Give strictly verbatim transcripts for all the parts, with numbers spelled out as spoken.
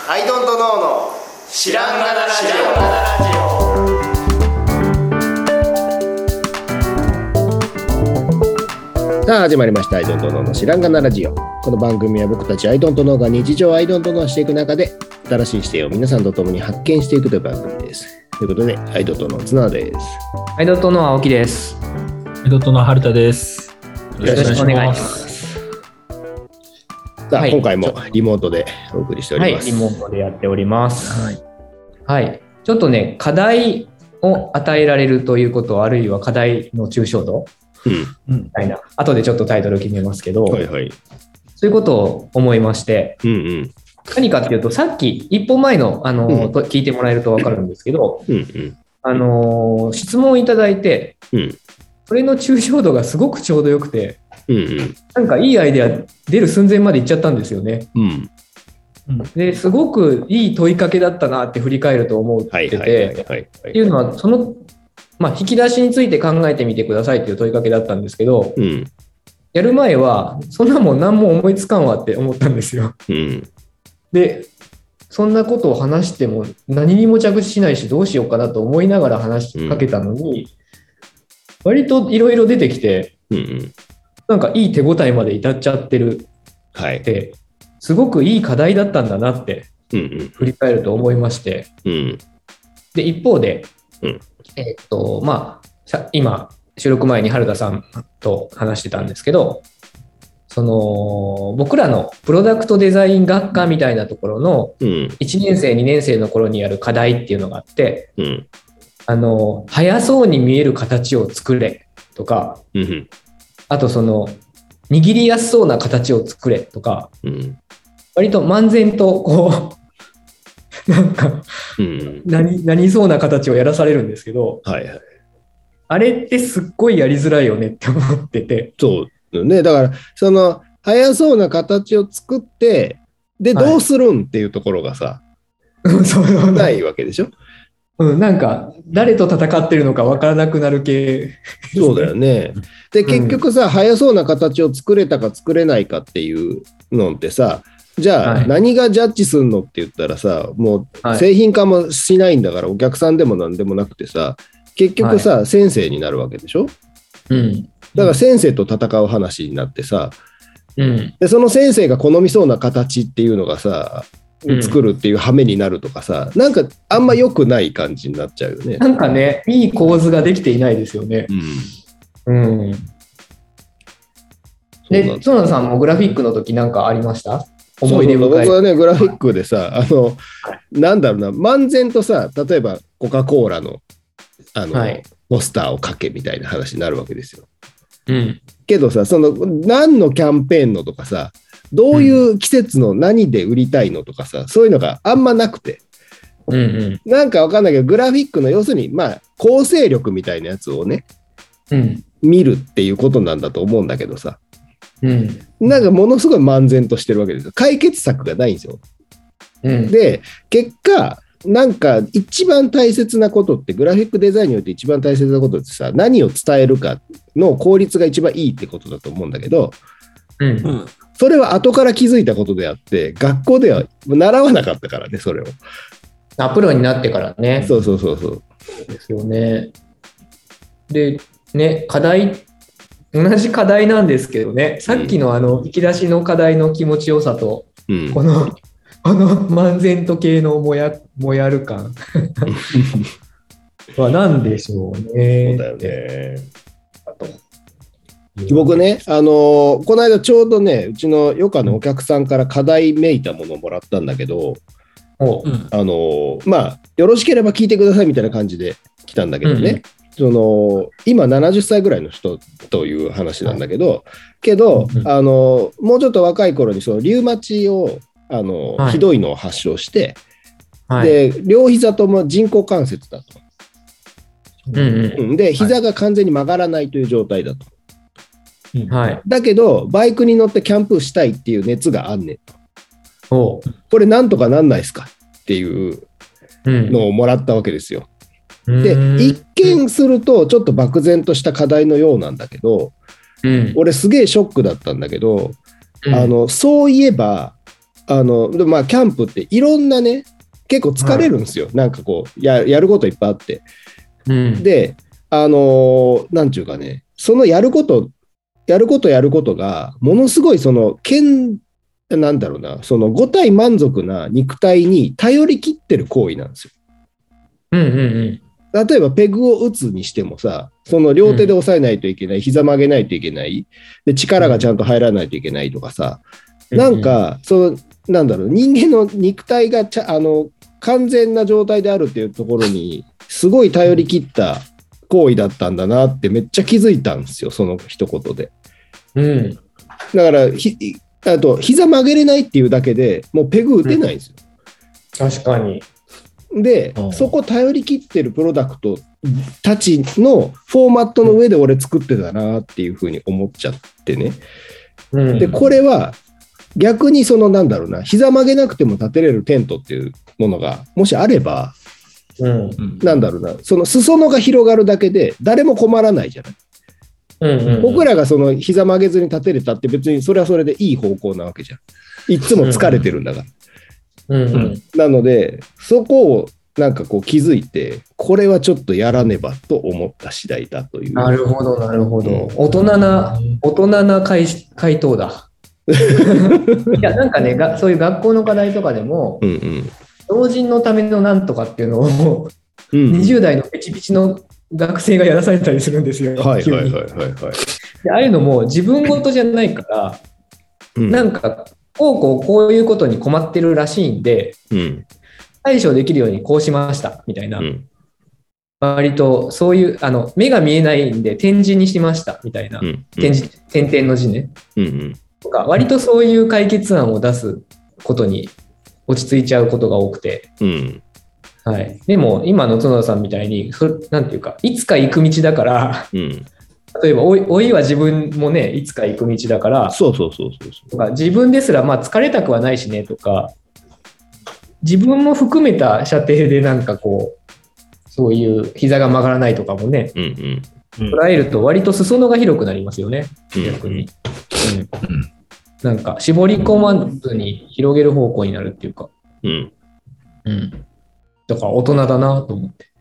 アイドントノーの知らんがなラジオ。さあ始まりましたアイドントノーの知らんがなラジオ。この番組は僕たちアイドントノーが日常アイドントノーしていく中で新しい視点を皆さんと共に発見していくという番組です。ということでアイドントノー綱です。 アイドントノー青木です。 アイドントノー春田です。 よろしくお願いします。 さあ、はい、今回もリモートでお送りしております。 はい、リモートでやっております。はい。はい、ちょっとね、課題を与えられるということ、あるいは課題の抽象度、うん、みたいな、後でちょっとタイトル決めますけど、はいはい、そういうことを思いまして、うんうん、何かっていうと、さっき一本前の、あの、うん、聞いてもらえると分かるんですけど、うんうん、あの質問をいただいて、うん、それの抽象度がすごくちょうどよくて、うんうん、なんかいいアイデア出る寸前まで行っちゃったんですよね、うんうん、ですごくいい問いかけだったなって振り返ると思ってて、っていうのはその、まあ、引き出しについて考えてみてくださいっていう問いかけだったんですけど、うん、やる前はそんなもん何も思いつかんわって思ったんですよ、うん、でそんなことを話しても何にも着地しないしどうしようかなと思いながら話しかけたのに、うん、割といろいろ出てきて、うんうん、なんかいい手応えまで至っちゃってるって、はい、すごくいい課題だったんだなって振り返ると思いまして、うんうん、で一方で、うんえーっとまあ、今収録前に春田さんと話してたんですけど、その僕らのプロダクトデザイン学科みたいなところのいちねん生にねん生の頃にやる課題っていうのがあって、うん、あの速そうに見える形を作れとか、うん、あとその握りやすそうな形を作れとか、うん、割と漫然とこうなんか、うん、何, 何そうな形をやらされるんですけど、はいはい、あれってすっごいやりづらいよねって思ってて。 そうね、だからその速そうな形を作ってでどうするんっていうところがさ、はい、そうないわけでしょ。 うん、なんか誰と戦ってるのか分からなくなる系、ね、 そうだよね。で結局さ、うん、速そうな形を作れたか作れないかっていうのってさ、じゃあ、はい、何がジャッジすんのって言ったらさ、もう製品化もしないんだから、はい、お客さんでも何でもなくてさ、結局さ、はい、先生になるわけでしょ、うん、だから先生と戦う話になってさ、うん、でその先生が好みそうな形っていうのがさ作るっていう羽目になるとかさ、なんかあんま良くない感じになっちゃうよね。 なんかね、いい構図ができていないですよね。うん。うん、で、園田さんもグラフィックの時なんかありました？思い出深い。 僕はね、グラフィックでさ、あの、なんだろうな、漫然とさ、例えばコカ・コーラのあの、はい、ポスターを書けみたいな話になるわけですよ。うん。けどさ、その何のキャンペーンのとかさ、どういう季節の何で売りたいのとかさ、そういうのがあんまなくて、うんうん、なんかわかんないけどグラフィックの要するにまあ構成力みたいなやつをね、うん、見るっていうことなんだと思うんだけどさ、うん、なんかものすごい漫然としてるわけですよ。解決策がないんですよ、うん、で結果なんか一番大切なことってグラフィックデザインにおいて一番大切なことってさ、何を伝えるかの効率が一番いいってことだと思うんだけど、うんうん、それは後から気づいたことであって学校では習わなかったからね、それを。 あ、プロになってからね。 そうそうそうそうですよね。でね、課題同じ課題なんですけどね、さっきのあの引き出しの課題の気持ちよさと、うん、このこの漫然と系のもやもやる感は何でしょうね。 そうだよね。あと僕ね、あのー、この間ちょうどね、うちの余暇のお客さんから課題めいたものをもらったんだけど、うん、あのー、まあよろしければ聞いてくださいみたいな感じで来たんだけどね、うん、その今ななじゅっさいぐらいの人という話なんだけど、けど、うん、あのー、もうちょっと若い頃にそのリウマチをあの、はい、ひどいのを発症して、はい、で両膝とも人工関節だと、うんうん、で膝が完全に曲がらないという状態だと、はい、だけどバイクに乗ってキャンプしたいっていう熱があんねんと、これなんとかなんないですかっていうのをもらったわけですよ、うん、で一見するとちょっと漠然とした課題のようなんだけど、うん、俺すげえショックだったんだけど、うん、あのそういえばあの、でまあ、キャンプっていろんなね、結構疲れるんですよ。はい、なんかこうや、やることいっぱいあって。うん、で、あのー、なんちゅうかね、そのやること、やることやることが、ものすごいその、けん、なんだろうな、その五体満足な肉体に頼り切ってる行為なんですよ。 うんうんうん。 例えばペグを打つにしてもさ、その両手で押さえないといけない、うん、膝曲げないといけない、で力がちゃんと入らないといけないとかさ、うん、なんかそのなんだろう、人間の肉体がちゃあの完全な状態であるっていうところにすごい頼り切った行為だったんだなってめっちゃ気づいたんですよ、その一言で。うん、だからひあと膝曲げれないっていうだけでもうペグ打てないんですよ。 うん、確かに。 で、うん、そこ頼り切ってるプロダクトたちのフォーマットの上で俺作ってたなっていうふうに思っちゃってね。うん、で、これは逆にそのなんだろうな、膝曲げなくても立てれるテントっていうものがもしあれば、うん、なんだろうな、その裾野が広がるだけで誰も困らないじゃない。うんうんうん、僕らがその膝曲げずに立てれたって別にそれはそれでいい方向なわけじゃん。いつも疲れてるんだから。うんうん、なのでそこをなんかこう気づいて、これはちょっとやらねばと思った次第だという。 なるほどなるほど、うん、大人な大人な 回, 回答だ。いやなんかねがそういう学校の課題とかでも、うんうん、老人のためのなんとかっていうのを、うんうん、にじゅう代のピチピチの学生がやらされたりするんですよ。はいはいはいはい、はい。でああいうのも自分事じゃないから、うん、なんかこうこうこういうことに困ってるらしいんで、うん、対処できるようにこうしましたみたいな、うん、割とそういうあの目が見えないんで点字にしましたみたいな、うんうん、点字点々の字ね、うんうん、とか割とそういう解決案を出すことに落ち着いちゃうことが多くて、うんはい、でも今の角田さんみたいになんていうかいつか行く道だから、うん例えば老いは自分もねいつか行く道だからそうそうそうそうとか自分ですらまあ疲れたくはないしねとか自分も含めた射程でなんかこうそういう膝が曲がらないとかもね、うんうん、捉えると割と裾野が広くなりますよね、うん、逆に、うん、なんか絞り込まずに広げる方向になるっていうか、うんうん、だから大人だなと思って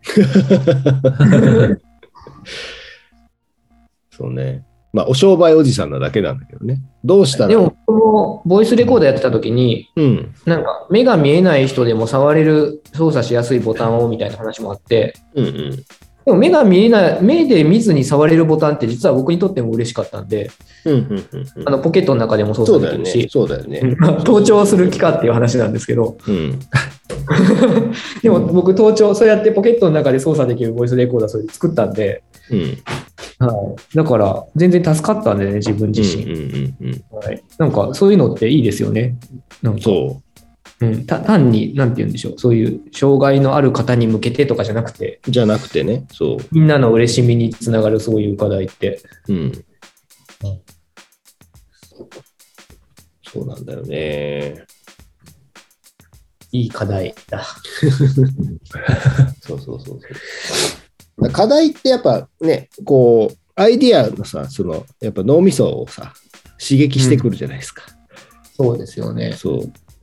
そうね。まあ、お商売おじさんなだけなんだけどね。どうしたら。 でも、このボイスレコーダーやってた時に、うん、なんか目が見えない人でも触れる操作しやすいボタンをみたいな話もあって、うんうん、でも目が見えない、目で見ずに触れるボタンって実は僕にとっても嬉しかったんで、うんうんうんうん、あのポケットの中でも操作できるし、 そうだよね。 盗聴する気かっていう話なんですけど、うん、でも僕盗聴、そうやってポケットの中で操作できるボイスレコーダーそれで作ったんで、うんはい、だから全然助かったんでね自分自身、うんうんうんうんはい、なんかそういうのっていいですよね。なんかそう、うん、た単に何て言うんでしょうそういう障害のある方に向けてとかじゃなくてじゃなくてねそうみんなの嬉しみにつながるそういう課題って、うん、 そうなんだよね。 いい課題だそうそうそうそう課題ってやっぱね、こう、アイディアのさ、その、やっぱ脳みそをさ、刺激してくるじゃないですか。 うん、そうですよね。 そう。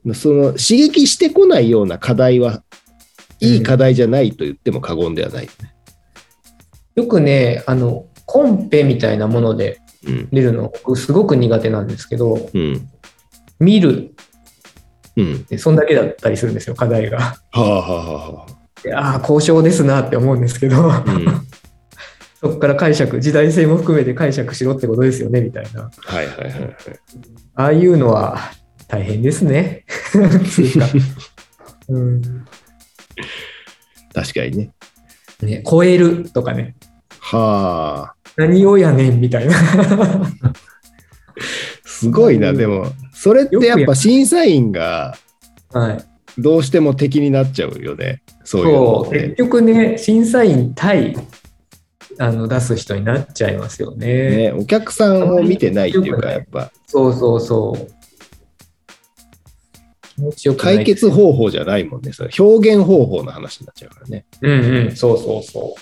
その、刺激してこないような課題は、いい課題じゃないと言っても過言ではないよね。 うん、よくね、あの、コンペみたいなもので出るの、僕すごく苦手なんですけど、うん、見る、うん、そんだけだったりするんですよ、課題が。はあはあはあ。ああ交渉ですなって思うんですけど、うん、そこから解釈時代性も含めて解釈しろってことですよねみたいな、はいはいはいはい、ああいうのは大変ですねうん、確かに ね, ね超えるとかねはあ何をやねんみたいなすごいなでもそれってやっぱ審査員がはいどうしても敵になっちゃうよね。そういうのって結局ね審査員対あの出す人になっちゃいますよ ね, ねお客さんを見てないっていうかやっぱそうそうそう気持ちよくない解決方法じゃないもんね。それ表現方法の話になっちゃうからね。 うんうんそうそうそう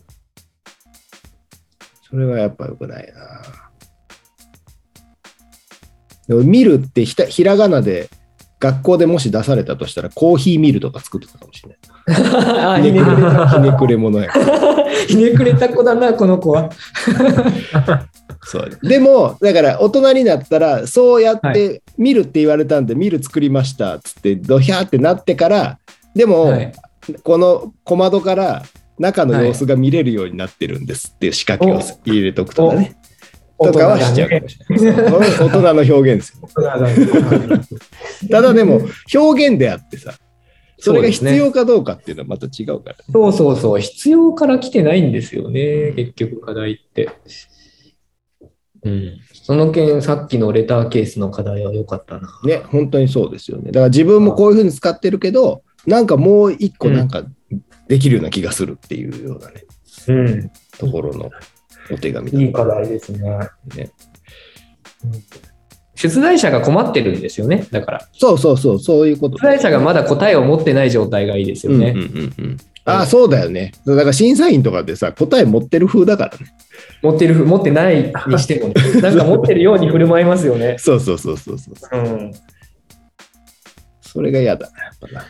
それはやっぱ良くないな。でも見るってひたひらがなで学校でもし出されたとしたらコーヒーミルとか作ってたかもしれない。ひねくれひねくれ者やひねくれた子だなこの子は。 そうでもだから大人になったらそうやってミルって言われたんで、はい、ミル作りましたっつってドヒャーってなってからでも、はい、この小窓から中の様子が見れるようになってるんですっていう仕掛けを入れとくとかね。とかはしちゃうかもしれない。大人の表現ですよ。ただでも表現であってさ、それが必要かどうかっていうのはまた違うから、ね。 そうそうそう、必要から来てないんですよね、結局課題って。うん、その件、さっきのレターケースの課題は良かったな。 ね、本当にそうですよね。だから自分もこういうふうに使ってるけど、なんかもう一個なんかできるような気がするっていうようなね、 うん、 ところのお手紙だ。 いい課題ですね。ね、うん、出題者が困ってるんですよね、だから。 そうそうそう、そういうこと。 出題者がまだ答えを持ってない状態がいいですよね。うんうんうんうん、ああ、そうだよね。だから審査員とかでさ、答え持ってる風だからね。 持ってる風、持ってないにしても、ね、なんか持ってるように振る舞いますよね。 そうそうそうそうそう、うん。それが嫌だな、やっぱな。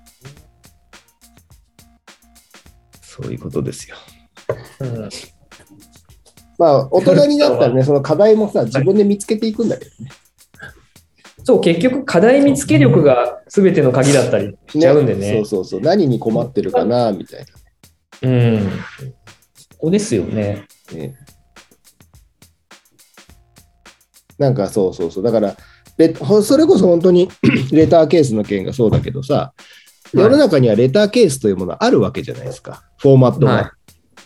そういうことですよ。うん、まあ、大人になったらね、その課題もさ、自分で見つけていくんだけどね。 そう、結局、課題見つけ力が全ての鍵だったりしちゃうんでね。 ね、そうそうそう、何に困ってるかな、みたいな。うん。ここですよね。ね、 なんかそうそうそう、だから、それこそ本当にレターケースの件がそうだけどさ、世の中にはレターケースというものあるわけじゃないですか、フォーマットが。はい、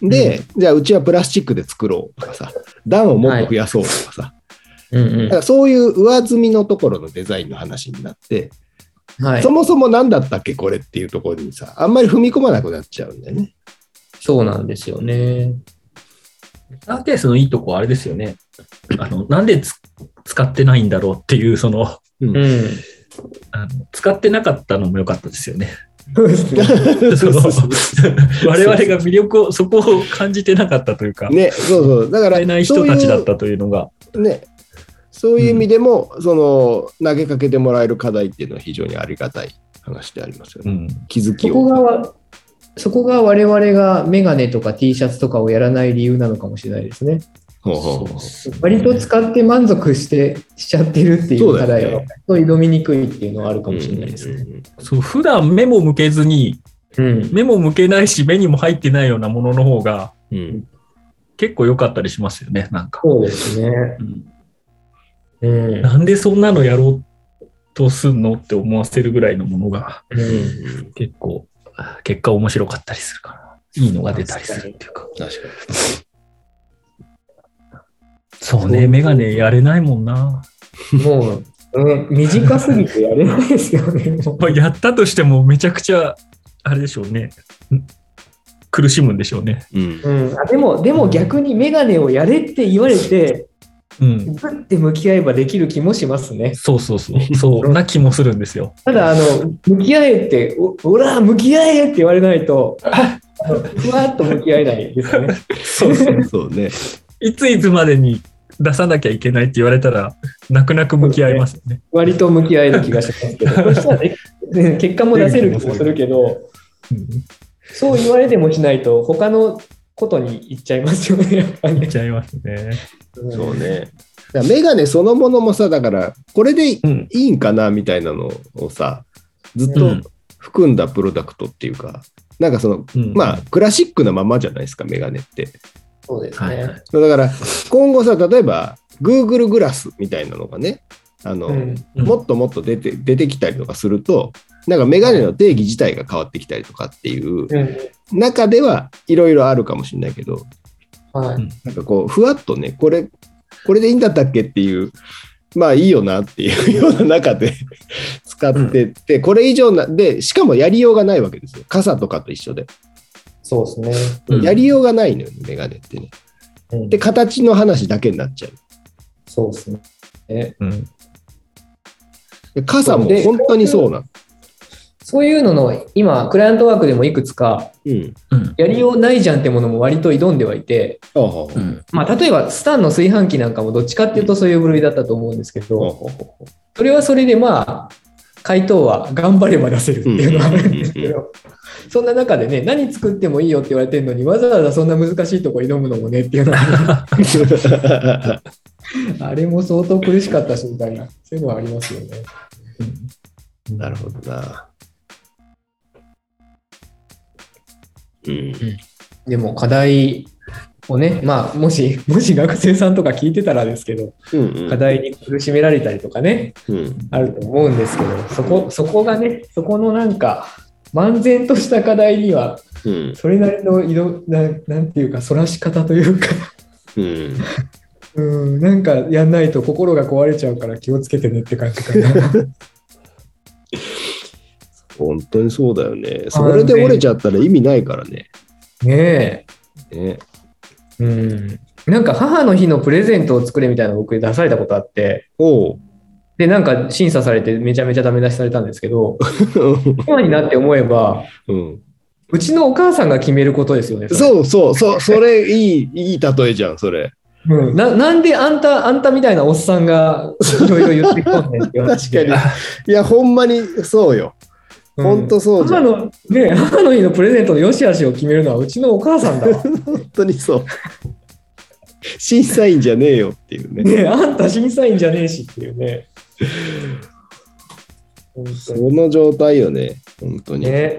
で、うん、じゃあうちはプラスチックで作ろうとかさ、段をもっと増やそうとかさ、はいうんうん、だからそういう上積みのところのデザインの話になって、はい、そもそも何だったっけこれっていうところにさ、あんまり踏み込まなくなっちゃうんだよね。 そうなんですよね。 レターケースのいいとこはあれですよね。あのなんでつ使ってないんだろうっていうその、うん、あの使ってなかったのも良かったですよね。我々が魅力をそこを感じてなかったというか、 ね、そうそう、だから使えない人たちだったというのがね、そういう意味でも、うん、その投げかけてもらえる課題っていうのは非常にありがたい話でありますよね。うん、気づきを。 そこがそこが我々がメガネとか T シャツとかをやらない理由なのかもしれないですね。ほうほう割と使って満足してしちゃってるっていう課題は挑みにくいっていうのはあるかもしれないですね。うんうん、 そう普段目も向けずに、うん、目も向けないし目にも入ってないようなものの方が、うん、結構良かったりしますよね。なんかそうですね、 うんうん。なんでそんなのやろうとすんのって思わせるぐらいのものが、うん、結構結果面白かったりするから、いいのが出たりするっていうか。確かに。そうね、メガネやれないもんな。 もう、うん、短すぎてやれないですよね。 やったとしてもめちゃくちゃあれでしょうね。苦しむんでしょうね。 うんうん、あでもでも逆にメガネをやれって言われて。うん、ぶって向き合えばできる気もしますね。 そうそうそう、そうな気もするんですよ。 ただあの向き合えって、お、おら向き合えって言われないと、ふわっと向き合えないですね。 そうそうそうね。 いついつまでに出さなきゃいけないって言われたら、泣く泣く向き合いますよね。 割と向き合える気がしますけど、そしたら、ね、結果も出せる気もするけど、うん、そう言われてもしないと他のことに行っちゃいますよね。やっぱりね。 行っちゃいますね。 そうね。メガネそのものもさ、だからこれでいいんかなみたいなのをさ、ずっと含んだプロダクトっていうか、うん、なんかその、うん、まあクラシックなままじゃないですか、メガネって。 そうですね。だから今後さ、例えば Google グラスみたいなのがね、あの、うんうん、もっともっと出て出てきたりとかすると、なんかメガネの定義自体が変わってきたりとかっていう中ではいろいろあるかもしれないけど、はい、なんかこうふわっとね、これこれでいいんだったっけっていう、まあいいよなっていうような中で使ってて、うん、これ以上なでしかもやりようがないわけですよ。傘とかと一緒で。 そうですね。 うん、やりようがないのよね、メガネってね。うん、で形の話だけになっちゃう。 そうですね。えうん、 で傘も本当にそうなの。 そういうのの今クライアントワークでもいくつか、うん、やりようないじゃんってものも割と挑んではいて、うん、まあ、例えばスタンの炊飯器なんかもどっちかっていうとそういう部類だったと思うんですけど、うん、それはそれでまあ回答は頑張れば出せるっていうのがあるんですけど、そんな中でね、何作ってもいいよって言われてるのに、わざわざそんな難しいとこ挑むのもねっていうのはあれも相当苦しかったしみたいな、そういうのはありますよね。 うん、なるほどな。 うん、でも課題をね、まあ、もしもし学生さんとか聞いてたらですけど、うんうん、課題に苦しめられたりとかね、うん、あると思うんですけど、そこそこがね、そこのなんか漫然とした課題には、うん、それなりの色 な, なんていうかそらし方というか、うんうん、なんかやんないと心が壊れちゃうから気をつけてねって感じかな。 本当にそうだよね。それで折れちゃったら意味ないからね。 ねえ。ねうん。なんか母の日のプレゼントを作れみたいなの僕出されたことあって。おう。で、なんか審査されてめちゃめちゃダメ出しされたんですけど、今になって思えば、うん、うちのお母さんが決めることですよね。 そそうそうそう、それいい、いい例えじゃん、それ。 うん、な, なんであんたあんたみたいなおっさんがいろいろ言ってこんねんって確かに。いや、ほんまにそうよ。本当そうじゃん。 母の、ね、母の日のプレゼントの良し悪しを決めるのはうちのお母さんだわ。 本当にそう。審査員じゃねえよっていうね。 ね、あんた審査員じゃねえしっていうね。 その状態よね、本当に。ね、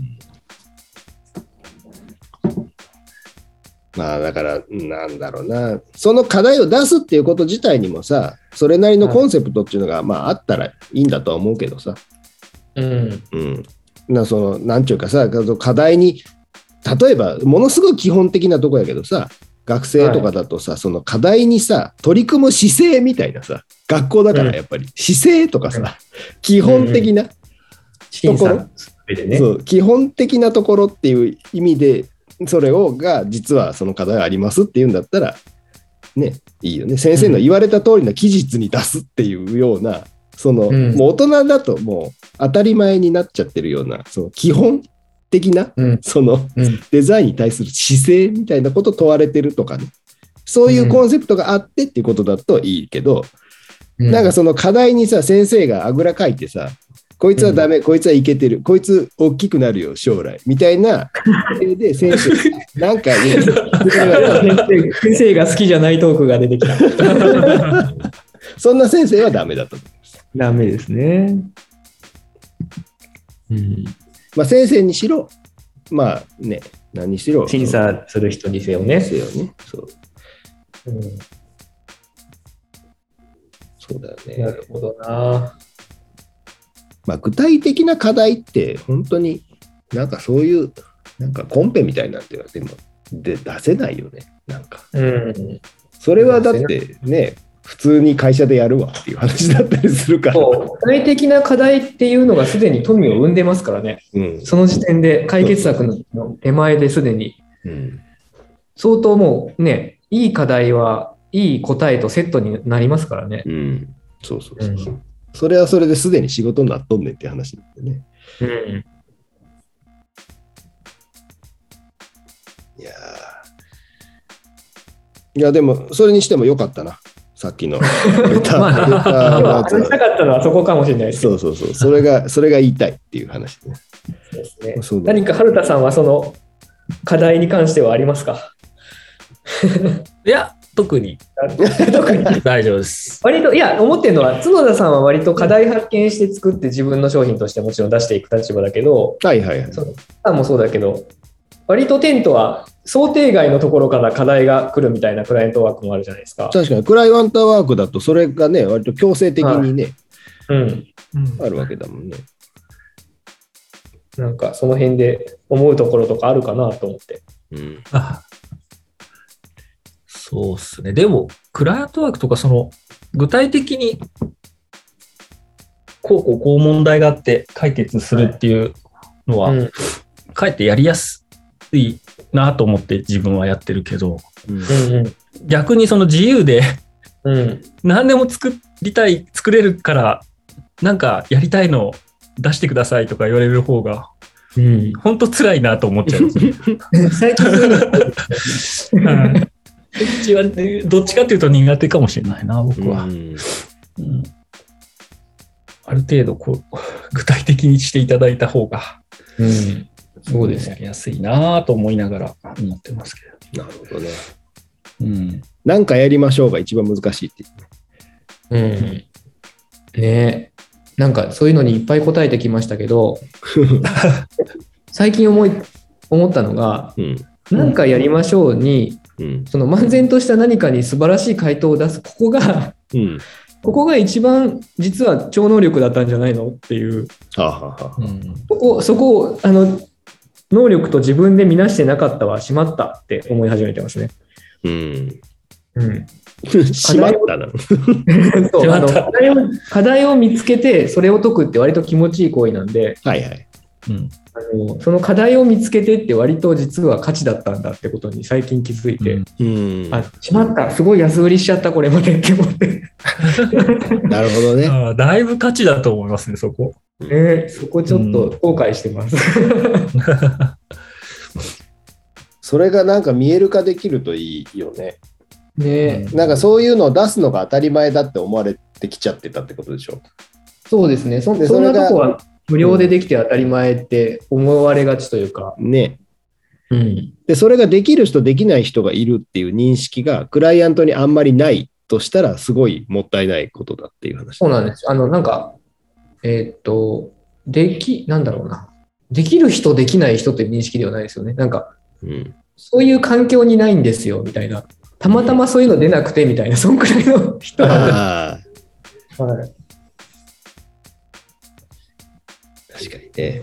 まあだからなんだろうな、その課題を出すっていうこと自体にもさ、それなりのコンセプトっていうのがまああったらいいんだとは思うけどさ。うんうん、なそのなんちゅうかさ、課題に例えばものすごい基本的なとこやけどさ、学生とかだとさ、はい、その課題にさ取り組む姿勢みたいなさ、学校だからやっぱり姿勢とかさ、うん、基本的なところ、うんうんね、そう基本的なところっていう意味でそれをが実はその課題ありますっていうんだったらね、いいよね。先生の言われた通りの期日に出すっていうような、その、うん、もう大人だともう当たり前になっちゃってるような、その基本的な、うん、その、うん、デザインに対する姿勢みたいなことを問われてるとかね、そういうコンセプトがあってっていうことだといいけど、うん、なんかその課題にさ、先生があぐらかいてさ、こいつはダメ、うん、こいつはいけてる、こいつ大きくなるよ将来みたいなで先生なんか言う先生が好きじゃないトークが出てきた。 そんな先生はダメだと思います。 ダメですね。 うん、まあ先生にしろ、まあね、何にしろ審査する人にせよね。 せよね。そう。うん、そうだよね。 なるほどな。 まあ、具体的な課題って本当になんかそういうなんかコンペみたいなんてでもで出せないよね。なんか、うん、それはだってね、普通に会社でやるわっていう話だったりするから。 具体的な課題っていうのがすでに富を生んでますからね、うん、その時点で解決策の手前ですでに、うん、相当もうね、いい課題はいい答えとセットになりますからね、 うん、そうそうそうそう、うん、それはそれですでに仕事になっとんねんって話なんでね、うん、いやいやでもそれにしてもよかったな、さっきのレター。まあ、話したかったのはそこかもしれないですけど。そうそうそう、それがそれが言いたいっていう話ね。 ですね。何か春田さんはその課題に関してはありますか？ いや、特に特に大丈夫です。 割といや思ってるのは角田さんは割と課題発見して作って自分の商品としてもちろん出していく立場だけど、 はいはいはい。 そのもそうだけど、割とテントは想定外のところから課題が来るみたいなクライアントワークもあるじゃないですか。 確かにクライアントワークだとそれがね割と強制的にね、はい、うん、あるわけだもんね。 なんかその辺で思うところとかあるかなと思って。うん、あ、 そうっすね。でもクライアントワークとかその具体的にこうこうこう問題があって解決するっていうのは、はい、うん、かえってやりやすいなと思って自分はやってるけど、うんうん、逆にその自由で、うん、何でも作りたい作れるからなんかやりたいのを出してくださいとか言われる方が、うん、本当辛いなと思っちゃうんです最近どっちかっていうと苦手かもしれないな僕は、うんうん、 ある程度こう具体的にしていただいた方が、 うん、そうですやりやすいなと思いながら思ってますけど。なるほどね。 うん。 なんかやりましょうが一番難しいっていう。うん。ね、なんかそういうのにいっぱい答えてきましたけど、最近思い思ったのが、うん、なんかやりましょうに、うん、その漫然とした何かに素晴らしい回答を出す、ここが、うん、ここが一番実は超能力だったんじゃないのっていう、ははは、うん、そこそこをあの能力と自分で見なしてなかったわ、しまったって思い始めてますね。うんうん、 しまったなそうあの課題を課題を見つけてそれを解くって割と気持ちいい行為なんで、はいはい、うん、あのその課題を見つけてって割と実は価値だったんだってことに最近気づいて、うん、あしまったすごい安売りしちゃったこれまでって思ってなるほどね。 あだいぶ価値だと思いますねそこ、 えー、そこちょっと後悔してます、うん、 それがなんか見える化できるといいよね。ね、なんかそういうのを出すのが当たり前だって思われてきちゃってたってことでしょ。 そうですね。 そ, そんなとこは無料でできて当たり前って思われがちというか、 うん、ね、うん、でそれができる人できない人がいるっていう認識がクライアントにあんまりないとしたらすごいもったいないことだっていう話。 そうなんです。あのなんかえー、っとできなんだろうなできる人できない人という認識ではないですよね。なんか、うん、そういう環境にないんですよみたいな。たまたまそういうの出なくてみたいな、そんくらいの人なんだ。はい。 確かにね。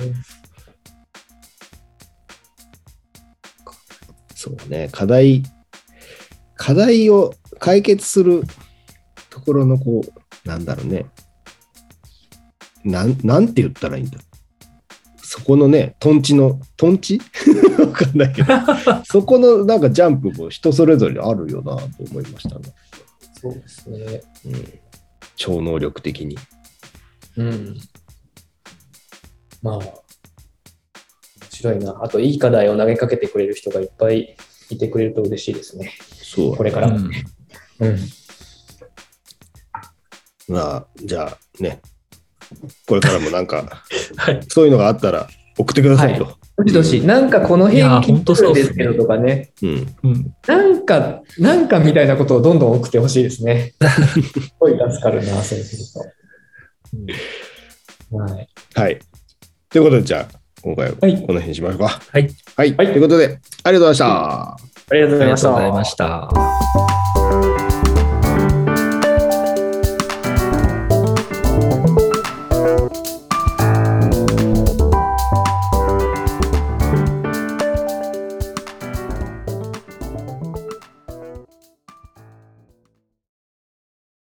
そうね、課題、課題を解決するところのこう、なんだろうね。なん、なんて言ったらいいんだ。そこのね、トンチの、トンチわかんないけど、そこのなんかジャンプも人それぞれあるよなと思いましたね。 そうですね。 うん。超能力的に。 うん。まあ、面白いな。あと、いい課題を投げかけてくれる人がいっぱいいてくれると嬉しいですね。そう。これから。うん。うん、 まあ、じゃあね。これからもなんか、はい、そういうのがあったら送ってくださいと。 どしどし、なんかこの辺聞いてるんですけどとかね、うんうん、なんか、なんかみたいなことをどんどん送ってほしいですね。すごい助かるな、そうすると、うんはい。はい。ということで、じゃあ、今回はこの辺にしましょうか。はい。はい。はい、ということで、ありがとうございました。 ありがとうございました。 ありがとうございました。